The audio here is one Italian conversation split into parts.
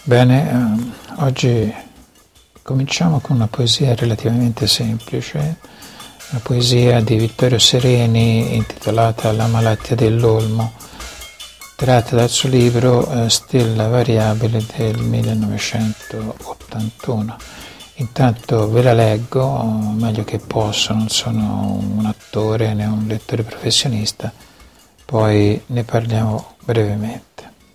Bene, oggi cominciamo con una poesia relativamente semplice, una poesia di Vittorio Sereni intitolata La malattia dell'olmo, tratta dal suo libro Stella variabile del 1981. Intanto ve la leggo, meglio che posso, non sono un attore né un lettore professionista, poi ne parliamo brevemente.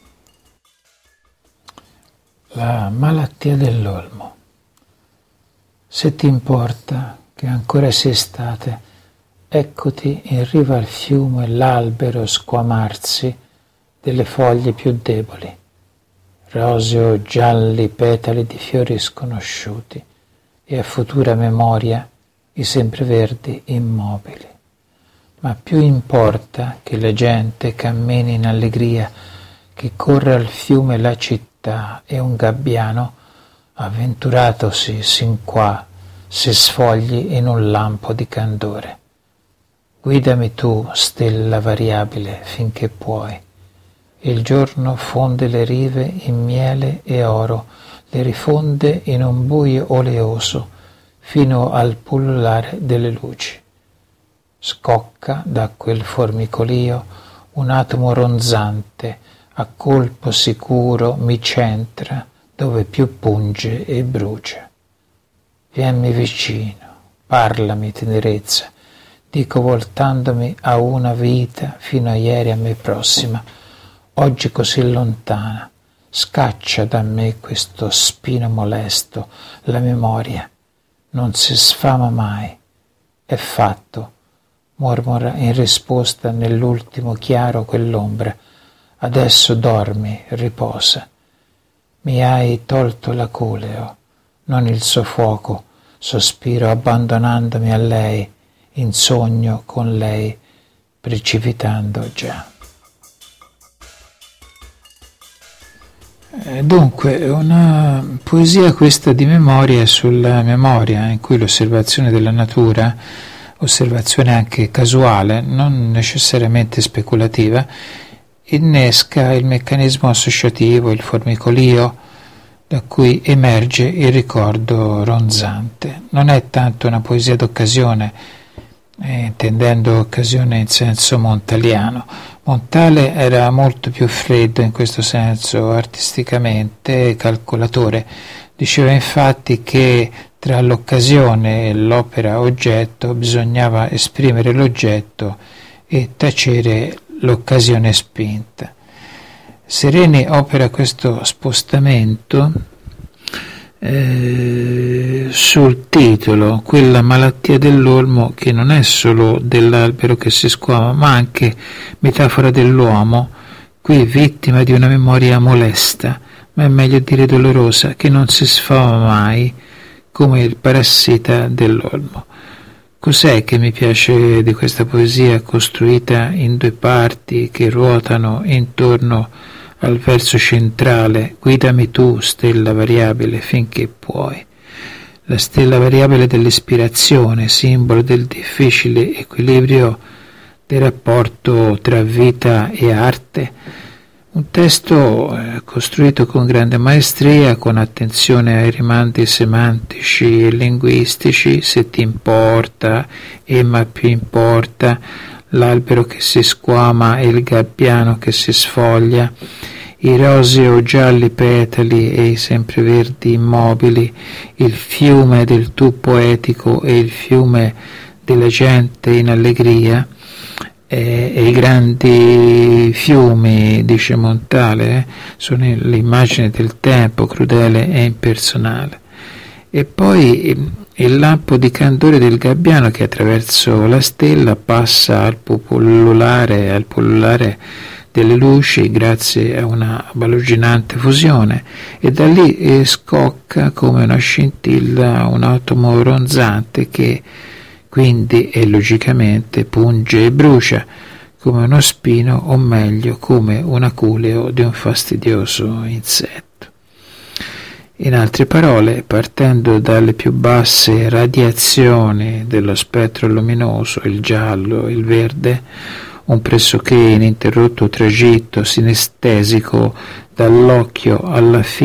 La malattia dell'olmo. Se ti importa che ancora sia estate, eccoti in riva al fiume l'albero squamarsi delle foglie più deboli, roseo gialli petali di fiori sconosciuti e a futura memoria i sempreverdi immobili. Ma più importa che la gente cammini in allegria, che corra al fiume la città e un gabbiano, avventuratosi sin qua, si sfogli in un lampo di candore. Guidami tu, stella variabile, finché puoi. Il giorno fonde le rive in miele e oro, le rifonde in un buio oleoso, fino al pullulare delle luci. Scocca da quel formicolio un atomo ronzante, a colpo sicuro mi centra dove più punge e brucia. Vienmi vicino, parlami tenerezza, dico voltandomi a una vita fino a ieri a me prossima, oggi così lontana, scaccia da me questo spino molesto, la memoria, non si sfama mai, è fatto, mormora in risposta nell'ultimo chiaro quell'ombra. Adesso dormi, riposa. Mi hai tolto la coleo, non il soffuoco, sospiro abbandonandomi a lei, in sogno con lei, precipitando già. Dunque, una poesia questa di memoria sulla memoria, in cui l'osservazione della natura, osservazione anche casuale, non necessariamente speculativa, innesca il meccanismo associativo, il formicolio, da cui emerge il ricordo ronzante. Non è tanto una poesia d'occasione, intendendo occasione in senso montaliano. Montale era molto più freddo in questo senso, artisticamente calcolatore. Diceva infatti che tra l'occasione e l'opera oggetto bisognava esprimere l'oggetto e tacere l'occasione spinta. Sereni opera questo spostamento sul titolo, quella malattia dell'olmo, che non è solo dell'albero che si squama, ma anche metafora dell'uomo, qui vittima di una memoria molesta, ma è meglio dire dolorosa, che non si sfama mai, come il parassita dell'olmo. Cos'è che mi piace di questa poesia costruita in due parti che ruotano intorno al verso centrale? Guidami tu, stella variabile, finché puoi. La stella variabile dell'ispirazione, simbolo del difficile equilibrio del rapporto tra vita e arte. Un testo costruito con grande maestria, con attenzione ai rimandi semantici e linguistici, se ti importa, e ma più importa, l'albero che si squama e il gabbiano che si sfoglia, i roseo gialli petali e i sempreverdi immobili, il fiume del tu poetico e il fiume della gente in allegria, e i grandi fiumi, dice Montale, sono l'immagine del tempo crudele e impersonale. E poi il lampo di candore del gabbiano che attraverso la stella passa al pullulare delle luci grazie a una baluginante fusione, e da lì scocca come una scintilla un atomo ronzante che quindi e logicamente punge e brucia come uno spino, o meglio come un aculeo di un fastidioso insetto. In altre parole, partendo dalle più basse radiazioni dello spettro luminoso, il giallo, il verde, un pressoché ininterrotto tragitto sinestesico dall'occhio alla fitta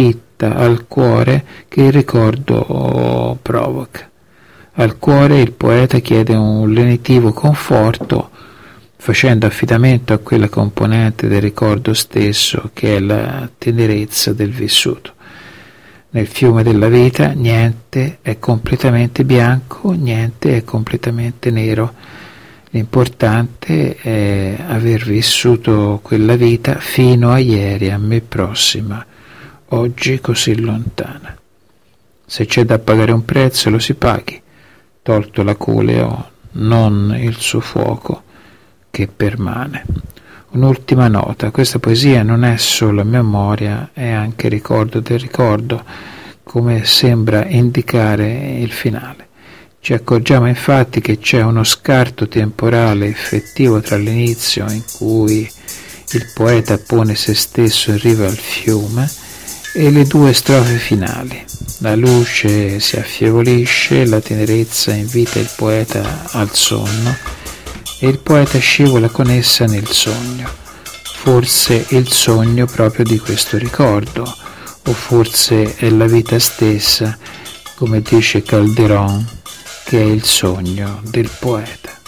porta al cuore che il ricordo provoca. Al cuore il poeta chiede un lenitivo conforto, facendo affidamento a quella componente del ricordo stesso che è la tenerezza del vissuto. Nel fiume della vita niente è completamente bianco, niente è completamente nero. L'importante è aver vissuto quella vita fino a ieri, a me prossima, oggi così lontana. Se c'è da pagare un prezzo lo si paghi, tolto la coleo, non il suo fuoco che permane. Un'ultima nota: questa poesia non è solo memoria, è anche ricordo del ricordo, come sembra indicare il finale. Ci accorgiamo infatti che c'è uno scarto temporale effettivo tra l'inizio, in cui il poeta pone se stesso in riva al fiume, e le due strofe finali. La luce si affievolisce, la tenerezza invita il poeta al sonno e il poeta scivola con essa nel sogno. Forse il sogno proprio di questo ricordo, o forse è la vita stessa, come dice Calderon, che è il sogno del poeta.